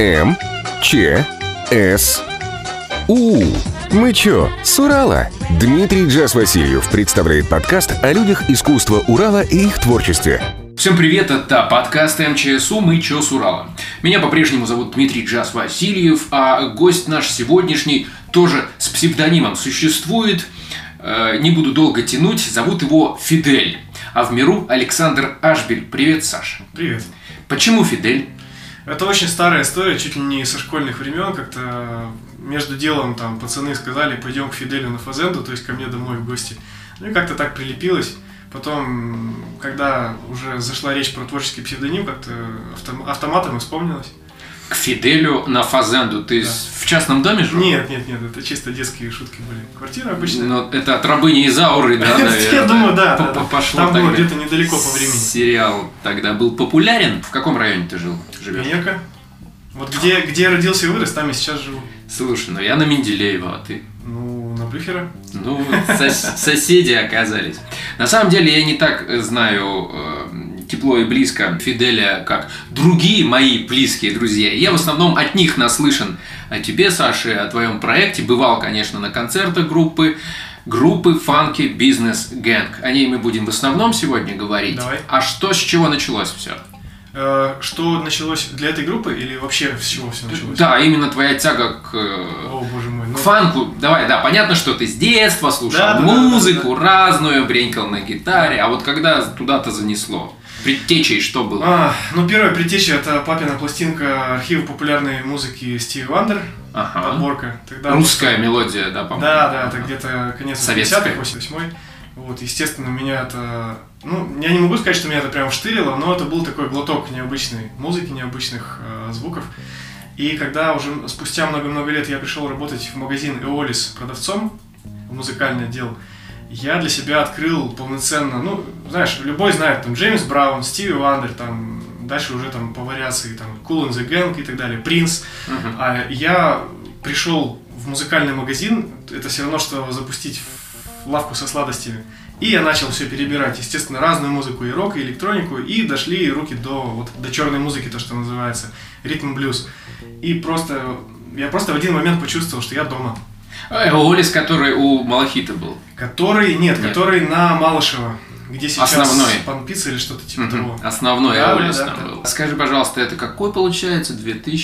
М, Ч, С, У. Мы чё, с Урала? Дмитрий Джаз Васильев представляет подкаст о людях искусства Урала и их творчестве. Всем привет, это подкаст МЧСУ «Мы чё, с Урала». Меня по-прежнему зовут Дмитрий Джаз Васильев, а гость наш сегодняшний тоже с псевдонимом существует. Не буду долго тянуть, зовут его Фидель. А в миру Александр Ашбель. Привет, Саша. Привет. Почему Фидель? Это очень старая история, чуть ли не со школьных времен. Как-то между делом там пацаны сказали, пойдем к Фиделю на фазенду, то есть ко мне домой в гости. Ну и как-то так прилепилось. Потом, когда уже зашла речь про творческий псевдоним, как-то автоматом и вспомнилось. К Фиделю на фазенду. Ты в частном доме жил? Нет, это чисто детские шутки были. Квартира обычная. Но это от рабыни Изауры, да, наверное? Я думаю, да. Пошло. Там было где-то недалеко по времени. Сериал тогда был популярен. В каком районе ты живешь? Венека. Вот где я родился и вырос, там и сейчас живу. Слушай, ну я на Менделеева, а ты? Ну, на Блюхера. Ну, соседи оказались. На самом деле я не так знаю тепло и близко Фиделя, как другие мои близкие друзья. Я в основном от них наслышан о тебе, Саша, о твоем проекте. Бывал, конечно, на концертах группы Funky Business Gang. О ней мы будем в основном сегодня говорить. Давай. А что, с чего началось все? Что началось для этой группы или вообще с чего все началось? Да, именно твоя тяга к фанку. Давай, да, понятно, что ты с детства слушал музыку разную, бренькал на гитаре, а вот когда туда-то занесло? Предтечей что было? Первая предтеча — это папина пластинка архива популярной музыки Стиви Вандер. Подборка. Тогда русская мелодия, да, по-моему? Да, это где-то конец 80-х, 88-й. Вот, естественно, меня это... я не могу сказать, что меня это прям вштырило, но это был такой глоток необычной музыки, необычных звуков. И когда уже спустя много-много лет я пришел работать в магазин Эолис продавцом, в музыкальный отдел, я для себя открыл полноценно, знаешь, любой знает, там, Джеймс Браун, Стиви Вандер, там, дальше уже там по вариации, там, Kool and the Gang и так далее, Принц. А я пришел в музыкальный магазин, это все равно, что запустить лавку со сладостями. И я начал все перебирать, естественно, разную музыку, и рок, и электронику, и дошли руки до черной музыки, то, что называется, ритм-блюз. И я просто в один момент почувствовал, что я дома. Эолис, который у Малахита был? Который на Малышева, где сейчас основной Пан-Пицца или что-то типа того. Основной Эолис там был. Скажи, пожалуйста, это какой получается?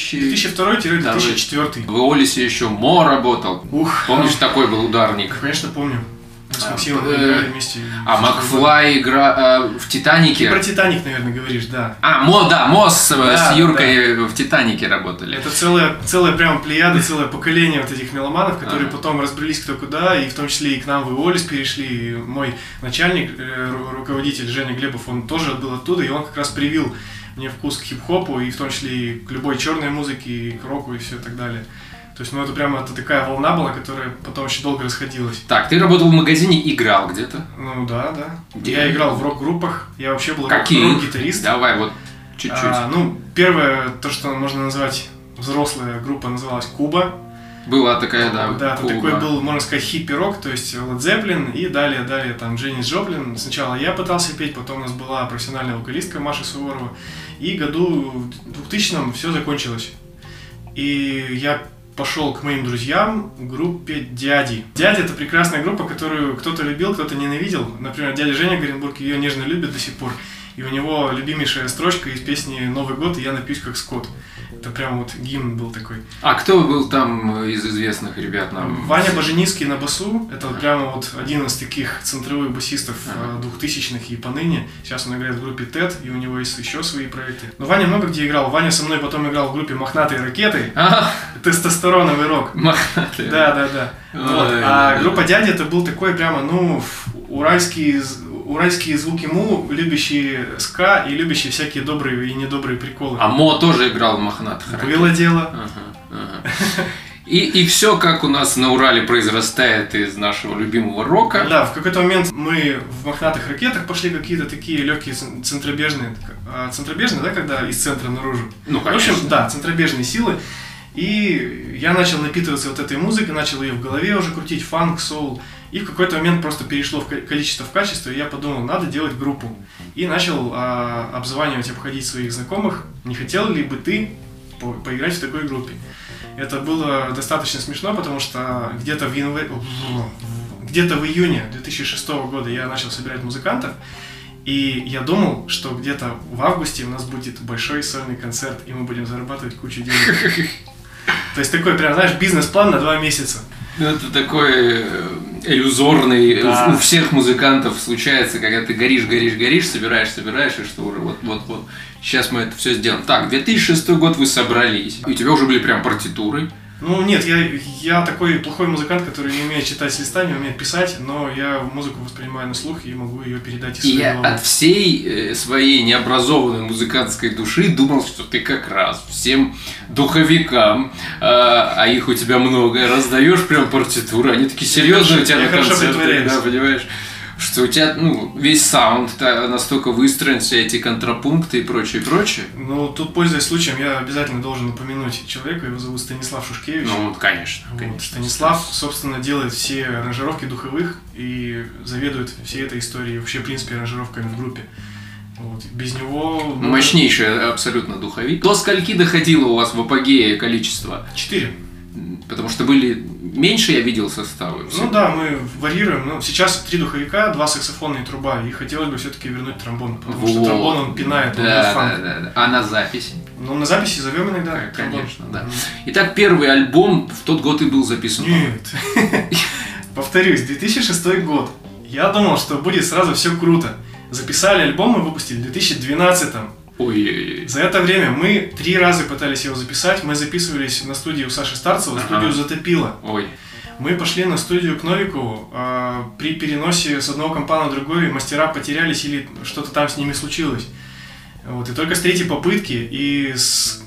2002-2004. В Эолисе еще Мо работал. Помнишь, такой был ударник? Конечно, помню. Мы с Максимом играли вместе. А Макфлай в «Титанике». Ты про «Титаник», наверное, говоришь, да. Мо с Юркой в «Титанике» работали. Это целая прям плеяда, целое поколение вот этих меломанов, которые потом разбрелись кто куда, и в том числе и к нам в Эолис перешли. И мой начальник, руководитель Женя Глебов, он тоже был оттуда, и он как раз привил мне вкус к хип-хопу, и в том числе и к любой черной музыке, и к року, и все и так далее. То есть, это такая волна была, которая потом очень долго расходилась. Так, ты работал в магазине, играл где-то? Да. Я играл в рок-группах, я вообще был рок-гитарист. Давай, вот чуть-чуть. Первое, то, что можно назвать взрослая группа, называлась Куба. Была такая, да. Да, это такой был, можно сказать, хиппи-рок, то есть Led Zeppelin и далее там Дженнис Джоплин. Сначала я пытался петь, потом у нас была профессиональная вокалистка Маша Суворова. И году в 2000-м все закончилось. И я пошел к моим друзьям в группе Дяди. Дяди — это прекрасная группа, которую кто-то любил, кто-то ненавидел. Например, дядя Женя Горенбург ее нежно любит до сих пор. И у него любимейшая строчка из песни «Новый год» и «Я напьюсь как скот». Это прям вот гимн был такой. А кто был там из известных ребят нам? Ваня Баженинский на басу. Это прямо вот один из таких центровых басистов 2000-х и поныне. Сейчас он играет в группе TED, и у него есть еще свои проекты. Но Ваня много где играл. Ваня со мной потом играл в группе «Мохнатые ракеты». Тестостероновый рок. Мохнатые. Да. А группа «Дяди» это был такой прямо, уральские звуки му, любящие ска и любящие всякие добрые и недобрые приколы. А Мо тоже играл в «Мохнатых ракетах». Было дело. И все, как у нас на Урале произрастает из нашего любимого рока. Да, в какой-то момент мы в «Мохнатых ракетах» пошли какие-то такие легкие центробежные. Центробежные, да, когда из центра наружу? Ну, конечно. В общем, да, центробежные силы. И я начал напитываться вот этой музыкой, начал ее в голове уже крутить, фанк, соул. И в какой-то момент просто перешло количество в качество, и я подумал, надо делать группу. И начал обзванивать, обходить своих знакомых. Не хотел ли бы ты поиграть в такой группе. Это было достаточно смешно, потому что где-то в июне 2006 года я начал собирать музыкантов, и я думал, что где-то в августе у нас будет большой сольный концерт, и мы будем зарабатывать кучу денег. То есть такой прям, знаешь, бизнес-план на 2 месяца. Это такой иллюзорный, да. У всех музыкантов случается, когда ты горишь, собираешь, и что уже вот, сейчас мы это все сделаем. Так, 2006 год вы собрались, и у тебя уже были прям партитуры. Ну нет, я такой плохой музыкант, который не умеет читать с листа, не умеет писать, но я музыку воспринимаю на слух и могу ее передать из своей головы. Я от всей своей необразованной музыкантской души думал, что ты как раз всем духовикам, а их у тебя много, раздаешь прям партитуры, они такие серьезные у тебя на концерте, да, понимаешь? Что у тебя, весь саунд настолько выстроен, все эти контрапункты и прочее. Ну, тут, пользуясь случаем, я обязательно должен упомянуть человека, его зовут Станислав Шушкевич. Ну, конечно. Станислав, собственно, делает все аранжировки духовых и заведует всей этой историей, вообще, в принципе, аранжировками в группе. Вот. Без него... Мощнейший абсолютно духовик. До скольки доходило у вас в апогее количество? 4. Потому что были меньше, я видел, составы. Ну да, мы варьируем. Сейчас 3 духовика, 2 саксофона и труба. И хотелось бы все-таки вернуть тромбон. Потому что тромбон он пинает, Да. А на записи? Ну, на записи зовем иногда. Конечно, да. Итак, первый альбом в тот год и был записан. Нет. Повторюсь, 2006 год. Я думал, что будет сразу все круто. Записали альбом и выпустили в 2012-м. Ой. За это время мы 3 раза пытались его записать. Мы записывались на студии у Саши Старцева, студию затопило. Ой. Мы пошли на студию к Новику, при переносе с одного компа на другой мастера потерялись или что-то там с ними случилось. Вот. И только с 3-й попытки и с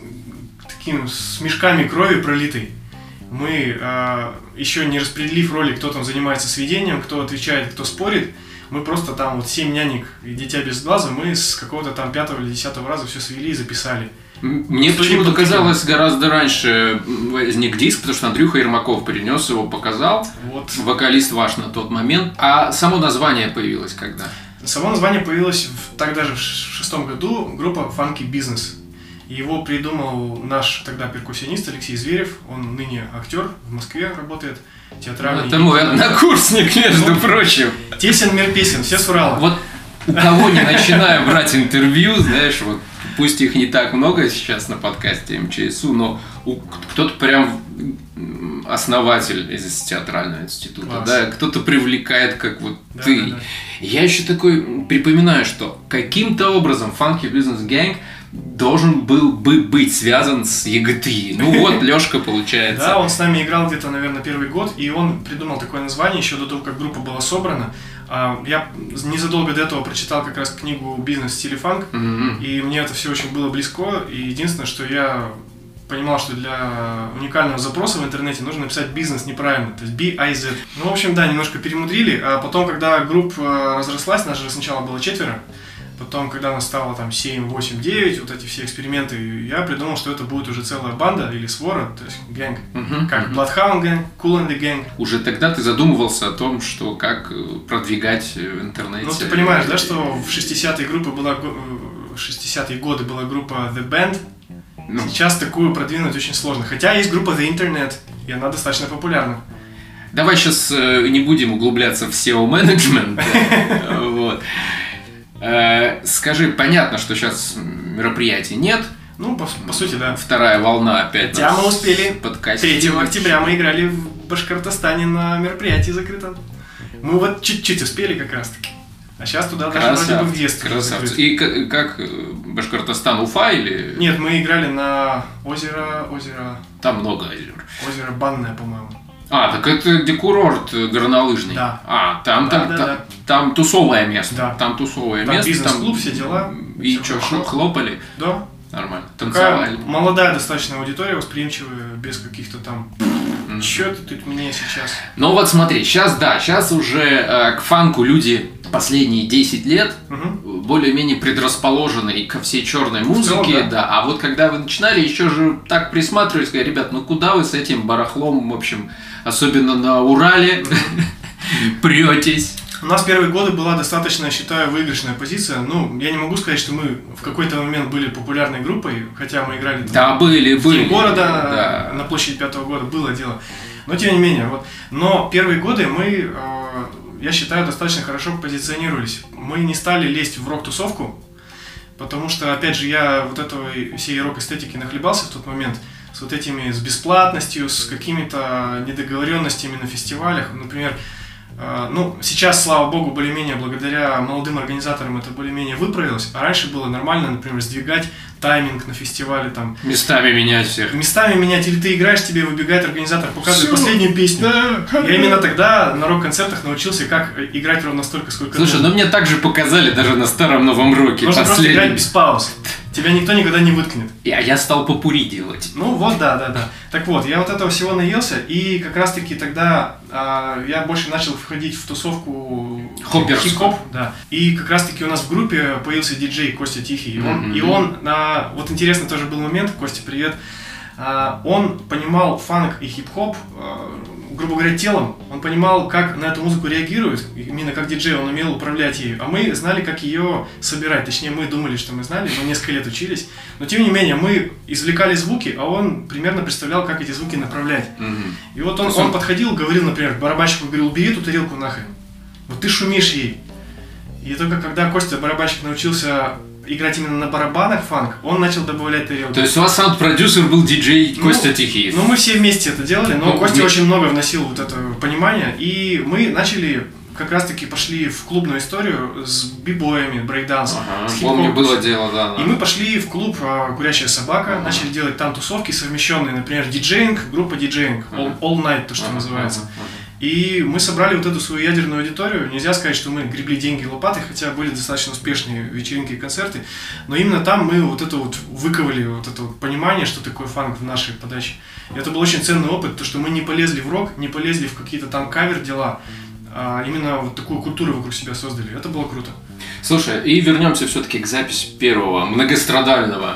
мешками крови пролитой мы, еще не распределив роли, кто там занимается сведением, кто отвечает, кто спорит, мы просто там 7 нянек и дитя без глаза, мы с какого-то там 5-го или 10-го раза все свели и записали. Мне почему-то казалось, гораздо раньше возник диск, потому что Андрюха Ермаков принес его, показал. Вот. Вокалист ваш на тот момент. А само название появилось когда? Само название появилось тогда же в 2006 году, группа Funky Business. Его придумал наш тогда перкуссионист Алексей Зверев, он ныне актер, в Москве работает. Театральный. Это мой однокурсник, между прочим. Тесен мир песен, все с Урала. Вот у кого не начинаю брать интервью, знаешь, вот пусть их не так много сейчас на подкасте МЧСУ, но кто-то прям основатель из театрального института, класс. Да, кто-то привлекает, как вот да, ты. Да. Я еще такой припоминаю, что каким-то образом Funky Business Gang должен был бы быть связан с ЕГТИ. Ну вот, Лёшка, получается. Да, он с нами играл где-то, наверное, первый год, и он придумал такое название еще до того, как группа была собрана. Я незадолго до этого прочитал как раз книгу «Бизнес в стиле фанк», и мне это все очень было близко, и единственное, что я понимал, что для уникального запроса в интернете нужно написать «бизнес» неправильно, то есть B-I-Z. Ну, в общем, да, немножко перемудрили, а потом, когда группа разрослась, нас же сначала было 4, потом, когда нас стало там 7, 8, 9, вот эти все эксперименты, я придумал, что это будет уже целая банда или свора, то есть гэнг, как Bloodhound Gang, Kool and the Gang. Уже тогда ты задумывался о том, что как продвигать в интернете. Ну, ты понимаешь, да, что в 60-е годы была группа The Band, сейчас такую продвинуть очень сложно. Хотя есть группа The Internet, и она достаточно популярна. Давай сейчас не будем углубляться в SEO-менеджмент. Вот. Скажи, понятно, что сейчас мероприятий нет. Ну, по сути, да. Вторая волна опять. Хотя мы успели. 3 октября мы играли в Башкортостане на мероприятии закрытом. Мы вот чуть-чуть успели как раз таки. А сейчас туда даже вроде бы в детстве. Красавцы. И как Башкортостан, Уфа или... Нет, мы играли на озеро... Там много озер. Озеро Банное, по-моему. Так это где курорт горнолыжный. Да. Там тусовое место. Да. Там тусовое место. Бизнес-клуб, все дела. И что, хлопали? Да. Нормально. Танцевали. Такая молодая достаточно аудитория, восприимчивая, без каких-то там... Чё ты тут мне сейчас? Ну вот смотри, сейчас уже к фанку люди последние 10 лет более-менее предрасположены ко всей черной музыке, да. А вот когда вы начинали, еще же так присматривались, сказали, ребят, ну куда вы с этим барахлом, в общем, особенно на Урале, претесь? У нас первые годы была достаточно, я считаю, выигрышная позиция. Ну, я не могу сказать, что мы в какой-то момент были популярной группой, хотя мы играли да, были. В города, на площади 5-го года, было дело. Но тем не менее, вот. Но первые годы мы, я считаю, достаточно хорошо позиционировались. Мы не стали лезть в рок-тусовку, потому что, опять же, я вот этой всей рок-эстетики нахлебался в тот момент, с вот этими, с бесплатностью, с какими-то недоговоренностями на фестивалях, например. Ну, сейчас, слава богу, более-менее благодаря молодым организаторам это более-менее выправилось, а раньше было нормально, например, сдвигать тайминг на фестивале, там... Местами менять всех. Местами менять, или ты играешь, тебе выбегает организатор, показывает последнюю песню. Да. Я именно тогда на рок-концертах научился, как играть ровно столько, сколько... Слушай, ну мне так же показали даже на старом Новом Роке. Можно просто играть без пауз. Тебя никто никогда не выткнет. А я стал попури делать. Ну вот, да. Так вот, я вот этого всего наелся, и как раз-таки тогда я больше начал входить в тусовку хип-хоп. Да. И как раз-таки у нас в группе появился диджей Костя Тихий. И он, вот интересный тоже был момент, Костя, привет. Он понимал фанк и хип-хоп, грубо говоря, телом. Он понимал, как на эту музыку реагирует, именно как диджей, он умел управлять ею. А мы знали, как ее собирать. Точнее, мы думали, что мы знали, мы несколько лет учились. Но тем не менее, мы извлекали звуки, а он примерно представлял, как эти звуки направлять. И вот он подходил, говорил, например, барабанщику, говорил, убери эту тарелку нахрен. Вот ты шумишь ей. И только когда Костя, барабанщик, научился играть именно на барабанах фанк, он начал добавлять тарелки. То есть у вас саунд-продюсер был диджей Костя Тихий? Ну, мы все вместе это делали, но Костя очень много вносил вот это понимание, и мы начали, как раз-таки пошли в клубную историю с бибоями, брейкдансом. Помню, было дело, да. И мы пошли в клуб «Курящая собака», начали делать там тусовки совмещенные, например, диджеинг, группа диджеинг, all night, то, что называется. И мы собрали вот эту свою ядерную аудиторию. Нельзя сказать, что мы гребли деньги лопатой, хотя были достаточно успешные вечеринки и концерты. Но именно там мы вот это вот выковали, вот это вот понимание, что такое фанк в нашей подаче. И это был очень ценный опыт, то, что мы не полезли в рок, не полезли в какие-то там кавер-дела, а именно вот такую культуру вокруг себя создали. Это было круто. Слушай, и вернемся все-таки к записи первого многострадального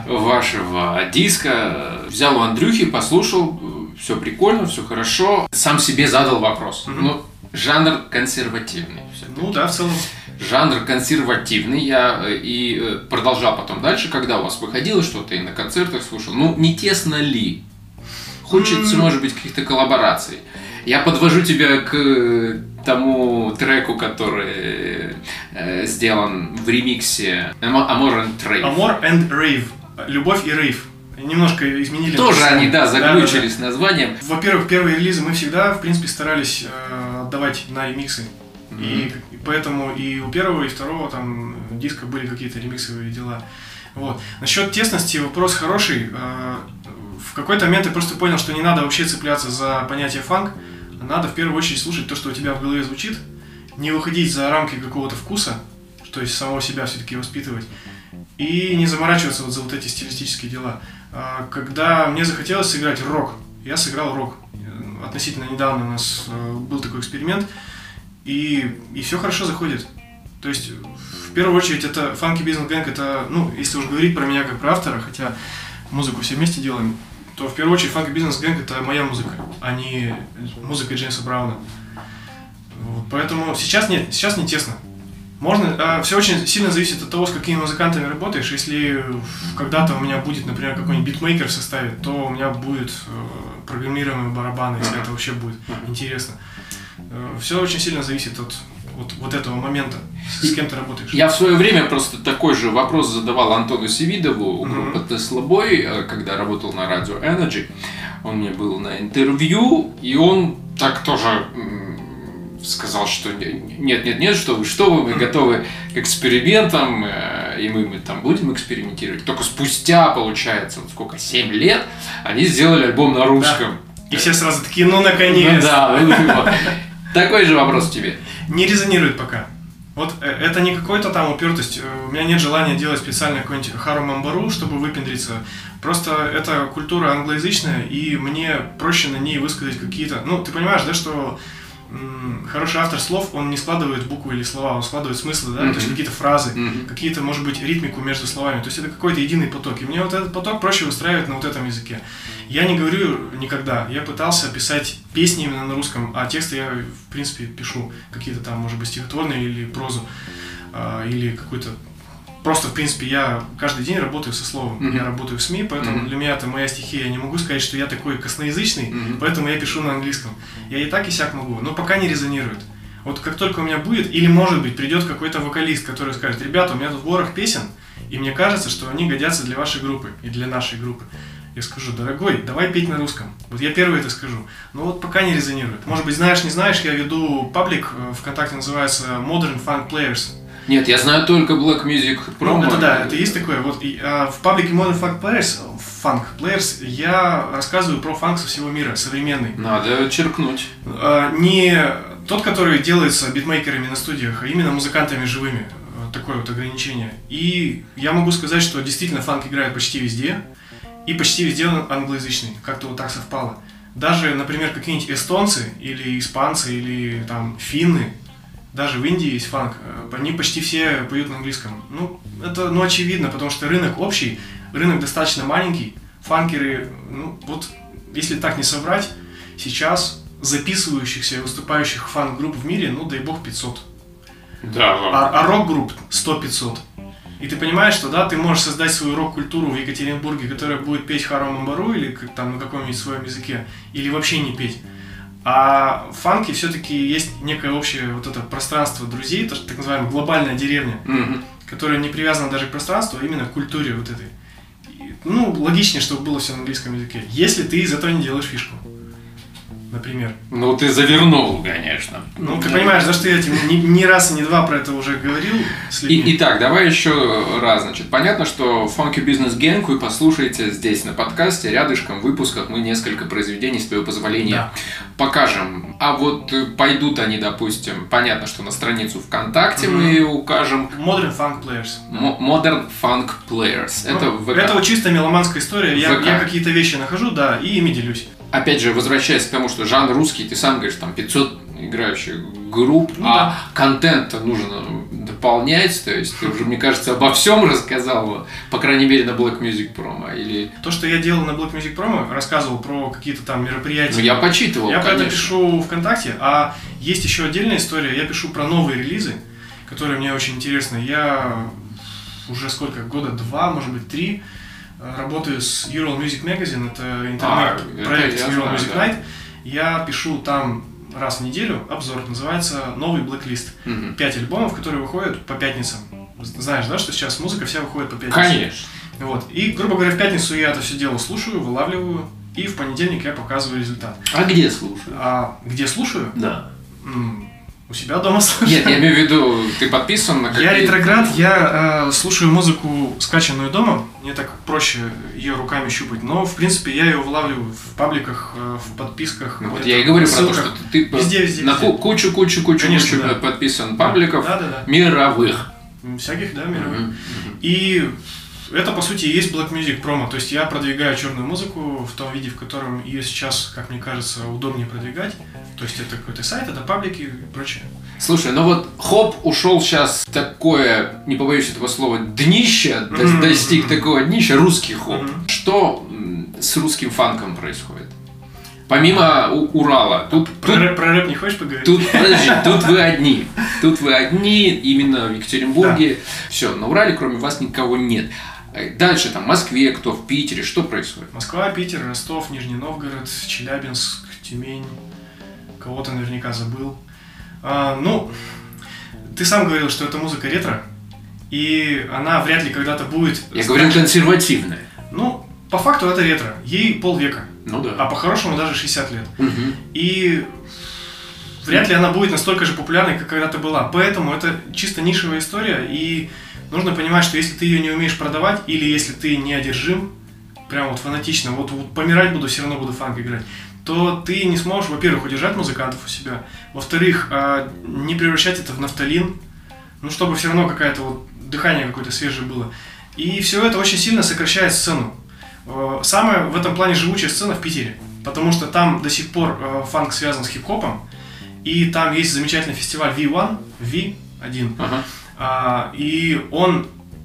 вашего диска. Взял у Андрюхи, послушал, все прикольно, все хорошо. Сам себе задал вопрос. Ну, жанр консервативный. Ну да, в целом. Жанр консервативный. Я и продолжал потом дальше, когда у вас выходило что-то и на концертах слушал. Ну, не тесно ли? Хочется, может быть, каких-то коллабораций. Я подвожу тебя к тому треку, который сделан в ремиксе Amor and Rave. Amor and Rave. Любовь и рейв. Немножко изменили. Тоже они, да, заглючились названием. Во-первых, первые релизы мы всегда, в принципе, старались отдавать на ремиксы. И поэтому и у первого, и второго там диска были какие-то ремиксовые дела. Вот. Насчет тесности вопрос хороший. В какой-то момент я просто понял, что не надо вообще цепляться за понятие фанк. Надо в первую очередь слушать то, что у тебя в голове звучит. Не выходить за рамки какого-то вкуса, то есть самого себя все-таки воспитывать. И не заморачиваться вот за вот эти стилистические дела. Когда мне захотелось сыграть рок, я сыграл рок. Относительно недавно у нас был такой эксперимент, и все хорошо заходит. То есть, в первую очередь, это Funky Business Gang, это, ну, если уж говорить про меня как про автора, хотя музыку все вместе делаем, то в первую очередь Funky Business Gang это моя музыка, а не музыка Джеймса Брауна. Вот, поэтому сейчас нет, сейчас не тесно. Можно, все очень сильно зависит от того, с какими музыкантами работаешь. Если когда-то у меня будет, например, какой-нибудь битмейкер в составе, то у меня будет программируемые барабаны, если это вообще будет интересно. Все очень сильно зависит от вот этого момента, с кем ты работаешь. Я в свое время просто такой же вопрос задавал Антону Севидову у группы Tesla Boy, когда работал на радио Energy. Он мне был на интервью, и он так тоже сказал, что нет, что вы, мы готовы к экспериментам, и мы там будем экспериментировать. Только спустя, получается, вот сколько, 7 лет, они сделали альбом на русском. Да. И все сразу такие, ну наконец. Такой же вопрос тебе. Не резонирует пока. Вот это не какой-то там упертость. У меня нет желания делать специально какой-нибудь Хару Мамбару, чтобы выпендриться. Просто это культура англоязычная, и мне проще на ней высказать какие-то... Ну, ты понимаешь, да, что хороший автор слов, он не складывает буквы или слова, он складывает смыслы, да, то есть какие-то фразы, какие-то, может быть, ритмику между словами, то есть это какой-то единый поток. И мне вот этот поток проще выстраивать на вот этом языке. Я не говорю никогда, я пытался писать песни именно на русском, а тексты я, в принципе, пишу какие-то там, может быть, стихотворные или прозу, или какой-то... Просто, в принципе, я каждый день работаю со словом, я работаю в СМИ, поэтому для меня это моя стихия, я не могу сказать, что я такой косноязычный, поэтому я пишу на английском. Я и так, и сяк могу, но пока не резонирует. Вот как только у меня будет, или, может быть, придет какой-то вокалист, который скажет: ребята, у меня тут ворох песен, и мне кажется, что они годятся для вашей группы и для нашей группы. Я скажу: дорогой, давай петь на русском. Вот я первый это скажу. Но вот пока не резонирует. Может быть, знаешь, не знаешь, я веду паблик, ВКонтакте называется Modern Funk Players. Нет, я знаю только Black Music Promo. Ну, это да, это есть такое. Вот в паблике Modern Funk Players я рассказываю про фанк со всего мира, современный. Надо черкнуть. Не тот, который делается битмейкерами на студиях, а именно музыкантами живыми. Такое вот ограничение. И я могу сказать, что действительно фанк играет почти везде. И почти везде он англоязычный. Как-то вот так совпало. Даже, например, какие-нибудь эстонцы, или испанцы, или там финны, даже в Индии есть фанк, они почти все поют на английском. Ну, это очевидно, потому что рынок общий, рынок достаточно маленький. Фанкеры, вот, если так не соврать, сейчас записывающихся и выступающих фанк-групп в мире, дай бог, 500. Да, а рок-групп 100-500. И ты понимаешь, что да, ты можешь создать свою рок-культуру в Екатеринбурге, которая будет петь Харо Мамбару или там на каком-нибудь своем языке, или вообще не петь. А в фанке все-таки есть некое общее вот это пространство друзей, то, что так называемая глобальная деревня, которая не привязана даже к пространству, а именно к культуре вот этой. Логичнее, чтобы было все на английском языке, если ты из этого не делаешь фишку. Например. Ну, ты завернул, конечно. Ты понимаешь, за что я тебе ни раз и не два про это уже говорил с людьми. Итак, давай еще раз. Значит, понятно, что Funky Business Gang вы послушаете здесь на подкасте, рядышком в выпусках мы несколько произведений, с твоего позволения, покажем. А вот пойдут они, допустим, понятно, что на страницу ВКонтакте мы укажем. Modern Funk Players. Modern Funk Players. Это ВК. Это вот чисто меломанская история. Я какие-то вещи нахожу, да, и ими делюсь. Опять же, возвращаясь к тому, что жанр русский, ты сам говоришь, там 500 играющих групп, контент-то нужно дополнять, то есть ты уже, мне кажется, обо всем рассказал, по крайней мере, на Black Music Promo, или... То, что я делал на Black Music Promo, рассказывал про какие-то там мероприятия. Я почитывал, я про это пишу ВКонтакте, а есть еще отдельная история, я пишу про новые релизы, которые мне очень интересны. Я уже года 2, может быть, 3, работаю с Ural Music Magazine, это интернет-проект Ural Music Night. Я пишу там раз в неделю обзор, называется «Новый Blacklist». 5 альбомов, которые выходят по пятницам. Знаешь, да, что сейчас музыка вся выходит по пятницам? Конечно. Вот. И, грубо говоря, в пятницу я это все дело слушаю, вылавливаю, и в понедельник я показываю результат. А где слушаю? Где слушаю? Да. У себя дома слушаю. Нет, я имею в виду, ты подписан на какие-то... Я ретроград, я слушаю музыку, скачанную дома, мне так проще ее руками щупать, но, в принципе, я ее вылавливаю в пабликах, в подписках. Вот я и говорю про то, что ты везде, на кучу подписан пабликов мировых. Всяких, да, мировых. И это, по сути, и есть Black Music Promo, то есть я продвигаю черную музыку в том виде, в котором ее сейчас, как мне кажется, удобнее продвигать. То есть это какой-то сайт, это паблики и прочее. Слушай, хоп ушел сейчас такое, не побоюсь этого слова, днище, достиг такого днища, русский хоп. Что с русским фанком происходит? Помимо Урала. Про рэп не хочешь поговорить? Подожди, тут вы одни. Тут вы одни, именно в Екатеринбурге. Да. Все, на Урале кроме вас никого нет. Дальше там в Москве, кто в Питере, что происходит? Москва, Питер, Ростов, Нижний Новгород, Челябинск, Тюмень. Кого-то наверняка забыл. Ты сам говорил, что это музыка ретро, и она вряд ли когда-то будет... Я говорю консервативная. По факту это ретро. Ей полвека. Ну да. А по-хорошему даже 60 лет. И вряд ли она будет настолько же популярной, как когда-то была. Поэтому это чисто нишевая история, и нужно понимать, что если ты ее не умеешь продавать, или если ты не одержим, прям фанатично, помирать буду, все равно буду фанк играть, то ты не сможешь, во-первых, удержать музыкантов у себя, во-вторых, не превращать это в нафталин, чтобы все равно какое-то дыхание какое-то свежее было. И все это очень сильно сокращает сцену. Самая в этом плане живучая сцена в Питере, потому что там до сих пор фанк связан с хип-хопом, И там есть замечательный фестиваль V1. И он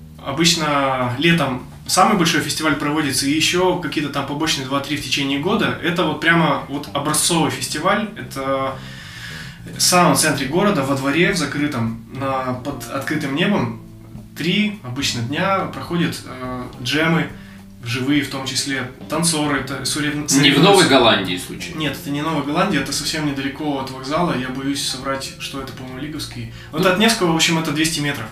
обычно летом самый большой фестиваль проводится, и еще какие-то там побочные 2-3 в течение года. Это вот прямо вот образцовый фестиваль. Это в самом центре города, во дворе, в закрытом, под открытым небом. 3 обычно дня проходят джемы, живые в том числе, танцоры. Не в Новой Голландии случай? Нет, это не Новая Голландия, это совсем недалеко от вокзала. Я боюсь соврать, что это, по-моему, Лиговский. Вот от Невского, в общем, это 200 метров.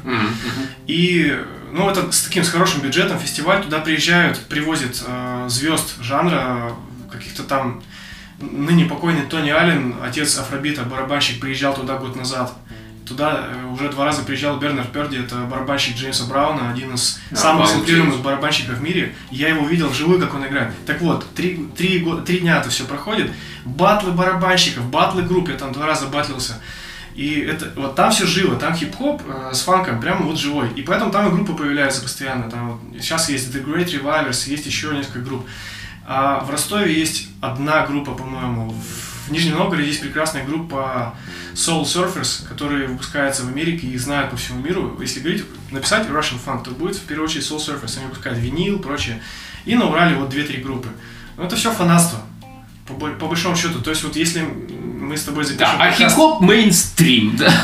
И, ну, это с хорошим бюджетом фестиваль. Туда привозят звезд жанра, каких-то там... Ныне покойный Тони Аллен, отец афробита, барабанщик, приезжал туда год назад. Туда уже 2 раза приезжал Бернард Перди, это барабанщик Джеймса Брауна, один из самых центрированных барабанщиков в мире. Я его видел вживую, как он играет. Так вот, 3 дня это все проходит. Батлы барабанщиков, батлы групп, я там 2 раза батлился. И это, вот там все живо, там хип-хоп с фанком прямо вот живой. И поэтому там и группы появляются постоянно. Там вот, сейчас есть The Great Revilers, есть еще несколько групп. А в Ростове есть одна группа, по-моему. В Нижнем Новгороде есть прекрасная группа Soul Surfers, которые выпускаются в Америке и знают по всему миру. Если говорить, написать Russian Funk, то будет в первую очередь Soul Surfers. Они выпускают винил, прочее. И на Урале вот 2-3 группы. Но это все фанатство, по большому счету. То есть вот если мы с тобой запишем... Да, а хип-хоп мейнстрим, да?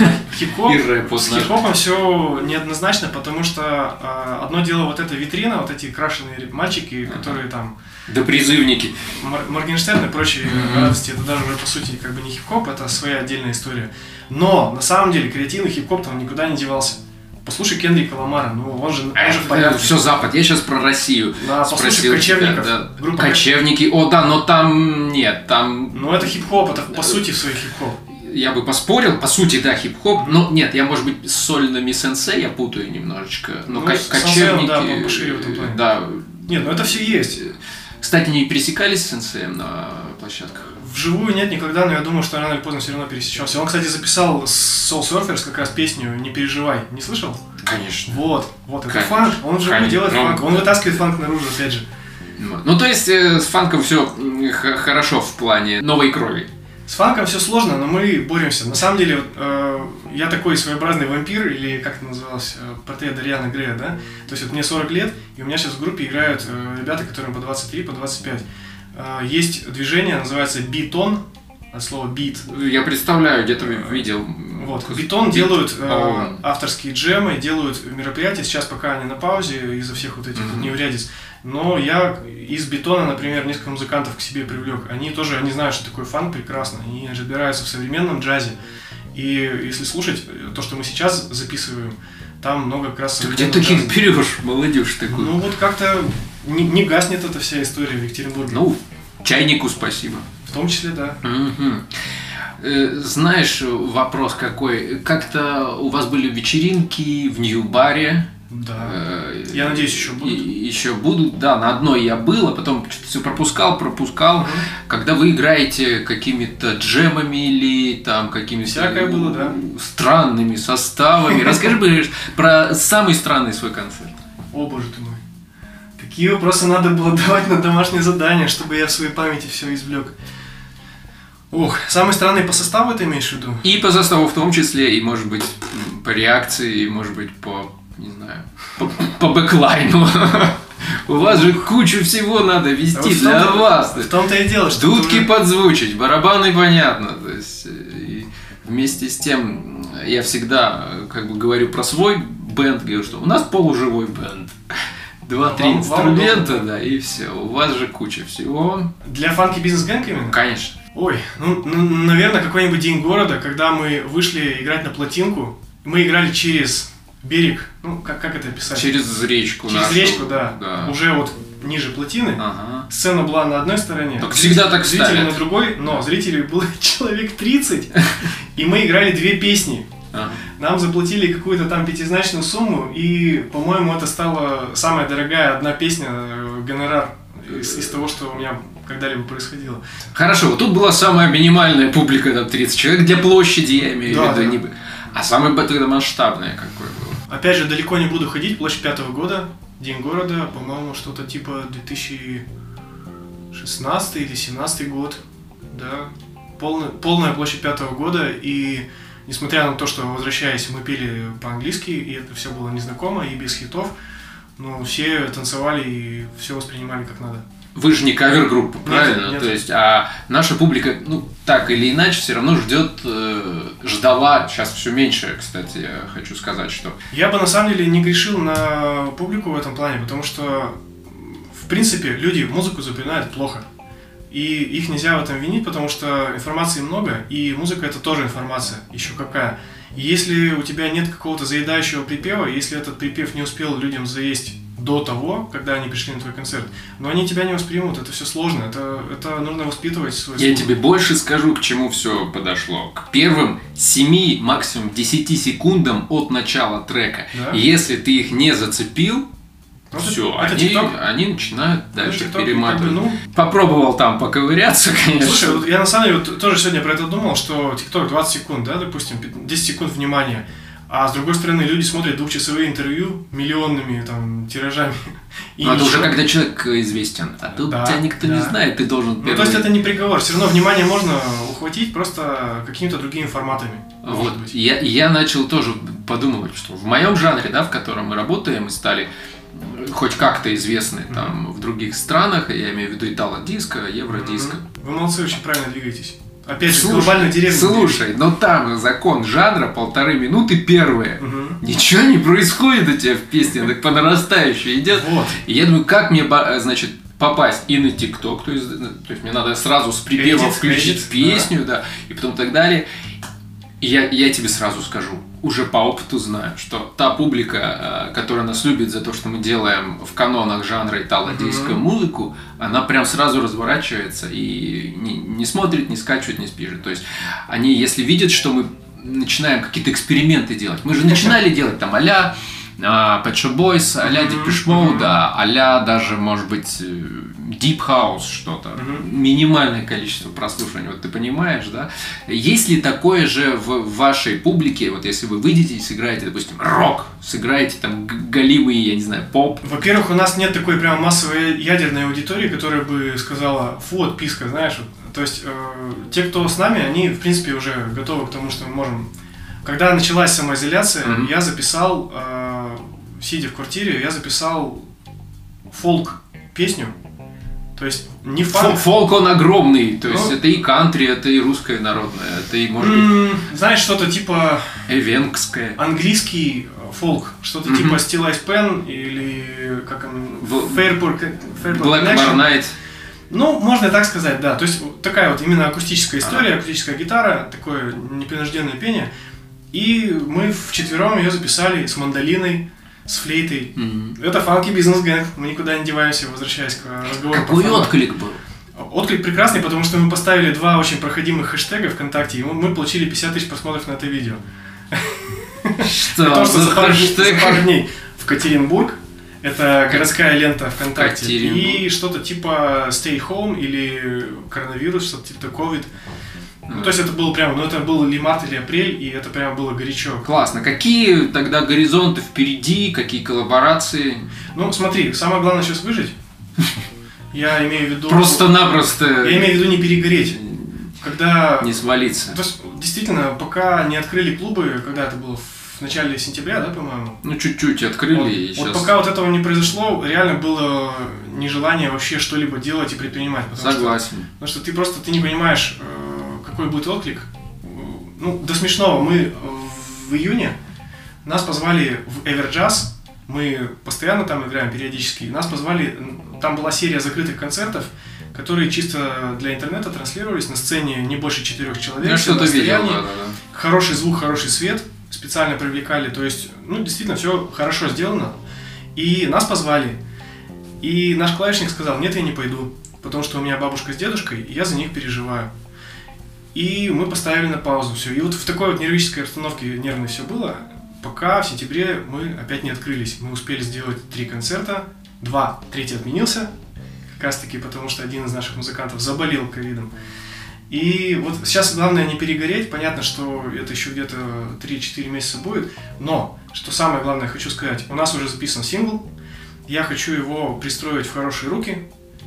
С хип-хопом все неоднозначно, потому что одно дело вот эта витрина, вот эти крашеные мальчики, которые там... Да призывники. Моргенштерн и прочие радости, это даже уже по сути как бы не хип-хоп, это своя отдельная история. Но на самом деле креативный хип-хоп там никуда не девался. Послушай Кендрика Ламара, ну он же в порядке. Все Запад, я сейчас про Россию спросил. Кочевников. Да. Группа Кочевники, да, но там нет, там... Ну это хип-хоп, это по сути свой хип-хоп. Я бы поспорил, по сути, да, хип-хоп, но нет, я, может быть, с сольными сенсей я путаю немножечко, но Кочевники... Да, пошире в этом плане. Да. Нет, ну это все есть. Кстати, не пересекались с сенсеем на площадках? Вживую нет никогда, но я думаю, что рано или поздно все равно пересечемся. Он, кстати, записал с Soul Surfers как раз песню «Не переживай». Не слышал? Конечно. Вот, это фанк. Он вживую делает фанк. Он вытаскивает фанк наружу, опять же. Ну, то есть, с фанком все хорошо в плане новой крови. С фанком все сложно, но мы боремся. На самом деле, я такой своеобразный вампир, или как это называлось, портрет Дариана Грея, да? То есть, вот мне 40 лет, и у меня сейчас в группе играют ребята, которым по 23, по 25. Есть движение, называется битон, от слова бит. Я представляю, где-то видел. Вот, битон делают авторские джемы, делают мероприятия. Сейчас пока они на паузе из-за всех вот этих неурядиц. Но я из бетона, например, несколько музыкантов к себе привлек. Они знают, что такое фанк прекрасно. Они разбираются в современном джазе. И если слушать то, что мы сейчас записываем, там много как раз... Ты где таких берешь, молодежь такую? Ну вот как-то не гаснет эта вся история в Екатеринбурге. Ну, чайнику спасибо. В том числе, да. Знаешь, вопрос какой. Как-то у вас были вечеринки в Нью-баре? Да. Я надеюсь, еще будут. Еще будут, да. На одной я был, а потом что-то все пропускал. Когда вы играете какими-то джемами или там какими-то... Всякое было, да. Странными составами. Расскажи про самый странный свой концерт. О, боже ты мой. Какие вопросы надо было давать на домашнее задание, чтобы я в своей памяти все извлек. Ох, самый странный по составу ты имеешь в виду? И по составу в том числе, и может быть по реакции, и может быть по, не знаю, по бэклайну. У вас же кучу всего надо вести для вас. В том-то и дело, что... Дудки подзвучить, барабаны понятно. То есть, и вместе с тем я всегда как бы говорю про свой бэнд, говорю, что у нас полуживой бэнд. 2-3 инструмента, да, и все. У вас же куча всего. Для фанки бизнес-гэнг именно? Конечно. Ой, ну, наверное, какой-нибудь день города, когда мы вышли играть на плотинку, мы играли через берег, ну, как это описать? Через речку. Через речку, да. Уже вот ниже плотины. Сцена была на одной стороне. Так всегда так ставят. Зрители на другой, но зрителей было человек 30, и мы играли 2 песни. Нам заплатили какую-то там 5-значную сумму, и, по-моему, это стала самая дорогая одна песня, гонорар из того, что у меня когда-либо происходило. Хорошо, вот тут была самая минимальная публика, там 30 человек для площади, я имею в виду. Да. А самая тогда масштабная какое было? Опять же, далеко не буду ходить, площадь 5-го года, День города, по-моему, что-то типа 2016 или 2017 год, да. полная площадь 5-го года, и несмотря на то, что, возвращаясь, мы пели по-английски, и это все было незнакомо, и без хитов, но все танцевали и все воспринимали как надо. Вы же не кавер-группа, правильно? Нет. То есть, а наша публика, так или иначе, все равно ждала, сейчас все меньше, кстати, я хочу сказать, что... Я бы, на самом деле, не грешил на публику в этом плане, потому что, в принципе, люди музыку запоминают плохо. И их нельзя в этом винить, потому что информации много, и музыка — это тоже информация, еще какая. И если у тебя нет какого-то заедающего припева, если этот припев не успел людям заесть до того, когда они пришли на твой концерт, но они тебя не воспримут, это все сложно, это нужно воспитывать свой слух. Я тебе больше скажу, к чему все подошло. К первым 7, максимум 10 секундам от начала трека. Да? И если ты их не зацепил, все, они начинают дальше перематывать. Попробовал там поковыряться, конечно. Слушай, вот я на самом деле тоже сегодня про это думал, что TikTok 20 секунд, да, допустим, 10 секунд внимания. А с другой стороны, люди смотрят 2-часовые интервью миллионными там тиражами. Но это уже когда человек известен, а тут тебя никто не знает, ты должен... то есть это не приговор, все равно внимание можно ухватить просто какими-то другими форматами. Вот, я начал тоже подумывать, что в моем жанре, да, в котором мы работаем и стали хоть как-то известны там в других странах, я имею в виду итало-диско, евро-диско. Вы молодцы, очень правильно двигаетесь. Опять же, глобальная деревня. Слушай, но там закон жанра 1,5 минуты первые. Ничего не происходит у тебя в песне, так по нарастающей идет. Вот. И я думаю, как мне, значит, попасть и на ТикТок, то есть мне надо сразу с припевом включить песню, да, и потом так далее. И я тебе сразу скажу, уже по опыту знаю, что та публика, которая нас любит за то, что мы делаем в канонах жанра итало-диско музыку, она прям сразу разворачивается и не смотрит, не скачивает, не спишет. То есть они, если видят, что мы начинаем какие-то эксперименты делать, мы же начинали делать там а-ля Pet Shop Boys, а-ля Depeche Mode, а-ля даже, может быть, Deep House что-то. Минимальное количество прослушиваний, вот ты понимаешь, да? Есть ли такое же в вашей публике, вот если вы выйдете и сыграете, допустим, рок, сыграете там галимый, я не знаю, поп? Во-первых, у нас нет такой прям массовой ядерной аудитории, которая бы сказала, фу, отписка, знаешь, вот. То есть те, кто с нами, они, в принципе, уже готовы к тому, что мы можем... Когда началась самоизоляция, я записал, сидя в квартире, я записал фолк-песню. То есть не фанк. Фолк он огромный, то есть это и кантри, это и русское народное, это и, может быть... Знаешь, что-то типа... Эвенкское. Английский фолк, что-то типа Still Ice Pen или как он... Fairport Blackmore Night. Ну, можно и так сказать, да. То есть такая вот именно акустическая история, акустическая гитара, такое непринужденное пение. И мы вчетвером ее записали с мандолиной, с флейтой. Это фанки бизнес-гэнг, мы никуда не деваемся, возвращаясь к разговору. Какой отклик был? Отклик прекрасный, потому что мы поставили 2 очень проходимых хэштега ВКонтакте, и мы получили 50 000 просмотров на это видео. Что за пару дней в Катеринбург. Это городская лента ВКонтакте. И что-то типа Stay Home или коронавирус, что-то типа COVID. Ну, то есть это было прям, это был или март, или апрель, и это прям было горячо. Классно. Какие тогда горизонты впереди, какие коллаборации? Ну, смотри, самое главное сейчас выжить. Я имею в виду... Просто-напросто... Я имею в виду не перегореть. Когда... Не свалиться. То есть, действительно, пока не открыли клубы, когда это было в начале сентября, да, по-моему? Ну, чуть-чуть открыли и сейчас... Вот пока вот этого не произошло, реально было нежелание вообще что-либо делать и предпринимать. Согласен. Потому что ты не понимаешь, какой будет отклик. Ну, до смешного, мы в июне, нас позвали в Everjazz, мы постоянно там играем периодически, нас позвали, там была серия закрытых концертов, которые чисто для интернета транслировались на сцене не больше 4 человек. Я что-то видел, да. Хороший звук, хороший свет, специально привлекали, то есть, действительно, все хорошо сделано. И нас позвали, и наш клавишник сказал, нет, я не пойду, потому что у меня бабушка с дедушкой, и я за них переживаю. И мы поставили на паузу все. И вот в такой вот нервической обстановке нервной все было, пока в сентябре мы опять не открылись. Мы успели сделать 3 концерта, 2, третий отменился, как раз таки потому, что один из наших музыкантов заболел ковидом. И вот сейчас главное не перегореть, понятно, что это еще где-то 3-4 месяца будет, но, что самое главное хочу сказать, у нас уже записан сингл, я хочу его пристроить в хорошие руки,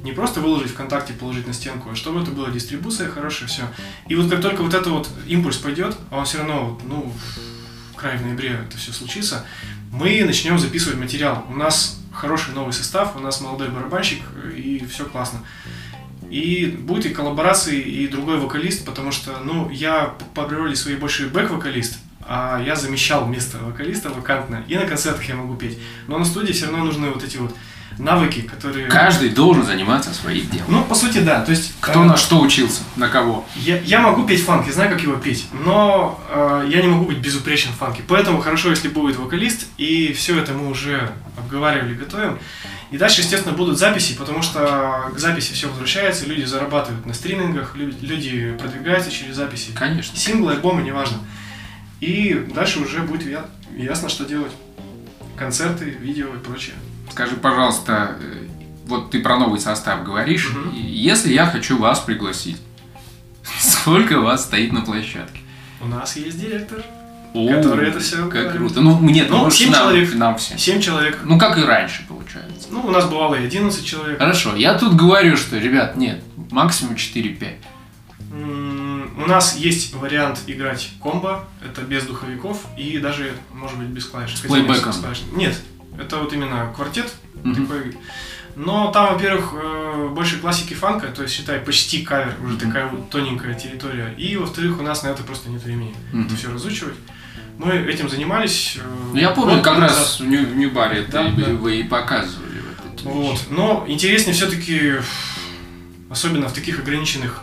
Не просто выложить ВКонтакте, положить на стенку, а чтобы это была дистрибуция хорошая, все. И вот как только вот этот вот импульс пойдет, а он все равно, в крае в ноябре это все случится, мы начнем записывать материал. У нас хороший новый состав, у нас молодой барабанщик, и все классно. И будет и коллаборации, и другой вокалист, потому что, я по природе своей больше бэк-вокалист, а я замещал место вокалиста вакантно, и на концертах я могу петь. Но на студии все равно нужны вот эти вот навыки, которые... Каждый должен заниматься своим делом. По сути, да. То есть, кто на что учился, на кого? Я могу петь фанк, я знаю, как его петь, но я не могу быть безупречен в фанке. Поэтому хорошо, если будет вокалист, и все это мы уже обговаривали, готовим. И дальше, естественно, будут записи, потому что к записи все возвращается, люди зарабатывают на стримингах, люди продвигаются через записи. Конечно. Синглы, альбомы, неважно. И дальше уже будет ясно, что делать. Концерты, видео и прочее. Скажи, пожалуйста, вот ты про новый состав говоришь, если я хочу вас пригласить, сколько вас стоит на площадке? У нас есть директор, который это все как круто. Нет, 7 человек. Нам все. 7 человек. Как и раньше, получается. У нас бывало и 11 человек. Хорошо, я тут говорю, что, ребят, нет, максимум 4-5. У нас есть вариант играть комбо, это без духовиков и даже, может быть, без клавиш. С плейбэком? Нет, это вот именно квартет такой. Но там, во-первых, больше классики фанка, то есть, считай, почти кавер, уже такая вот тоненькая территория. И, во-вторых, у нас на это просто нет времени это все разучивать. Мы этим занимались. Я помню, как раз в Нью-Баре вы и показывали вот эти Но интереснее все-таки, особенно в таких ограниченных,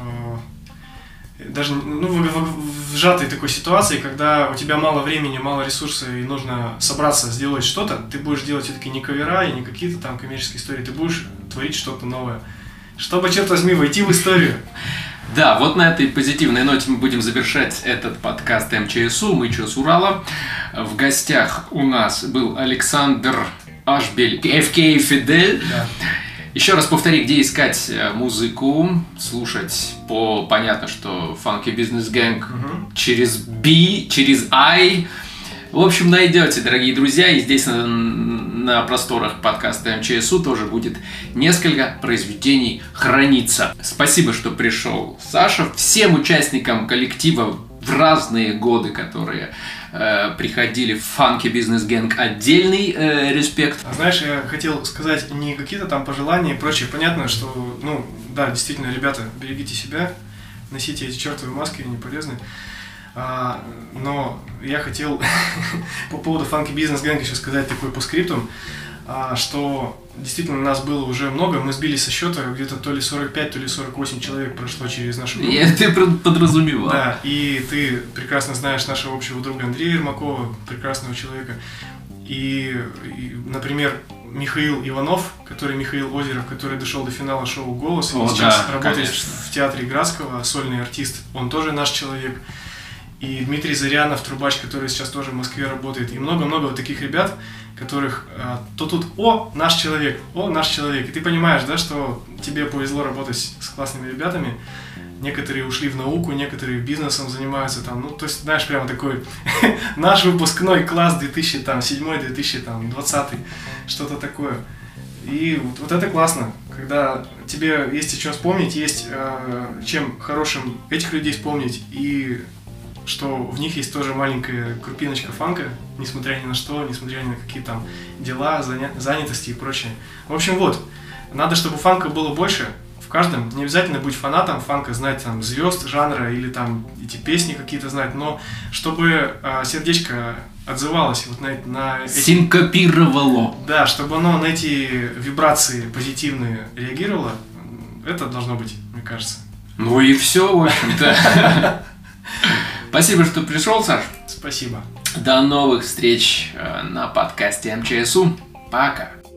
даже в сжатой такой ситуации, когда у тебя мало времени, мало ресурсов и нужно собраться, сделать что-то, ты будешь делать все-таки не кавера и не какие-то там коммерческие истории, ты будешь творить что-то новое, чтобы, черт возьми, войти в историю. Да, вот на этой позитивной ноте мы будем завершать этот подкаст МЧСУ. Мы чё с Урала. В гостях у нас был Александр Ашбель, FK Фидель. Да. Еще раз повтори, где искать музыку, слушать понятно, что Funky Business Gang через B, через I. В общем, найдете, дорогие друзья, и здесь на просторах подкаста МЧСУ тоже будет несколько произведений храниться. Спасибо, что пришел, Саша. Всем участникам коллектива в разные годы, которые приходили в Funky Business Gang, отдельный респект. Знаешь, я хотел сказать не какие-то там пожелания и прочее. Понятно, что, да, действительно, ребята, берегите себя, носите эти чертовы маски, они полезны. Но я хотел по поводу Funky Business Gang еще сказать такой по скриптум, что действительно нас было уже много, мы сбили со счета, где-то то ли 45, то ли 48 человек прошло через нашу группу. Ты подразумевал. Да, и ты прекрасно знаешь нашего общего друга Андрея Ермакова, прекрасного человека. И, например, Михаил Иванов, Михаил Озеров, который дошел до финала шоу «Голос», и сейчас работает в театре Градского, сольный артист, он тоже наш человек. И Дмитрий Зарянов, трубач, который сейчас тоже в Москве работает. И много-много вот таких ребят, которых то тут «О, наш человек», И ты понимаешь, да, что тебе повезло работать с классными ребятами. Некоторые ушли в науку, некоторые бизнесом занимаются. То есть, знаешь, прямо такой наш выпускной класс 2007-2020, что-то такое. И вот это классно, когда тебе есть о чем вспомнить, есть чем хорошим этих людей вспомнить, и что в них есть тоже маленькая крупиночка фанка, несмотря ни на что, несмотря ни на какие там дела, занятости и прочее. В общем, надо, чтобы фанка было больше в каждом. Не обязательно быть фанатом фанка, знать там звезд жанра или там эти песни какие-то знать, но чтобы сердечко отзывалось на эти... Синкопировало. Да, чтобы оно на эти вибрации позитивные реагировало, это должно быть, мне кажется. И все, в общем-то. Спасибо, что пришел, Саш. Спасибо. До новых встреч на подкасте МЧСУ. Пока.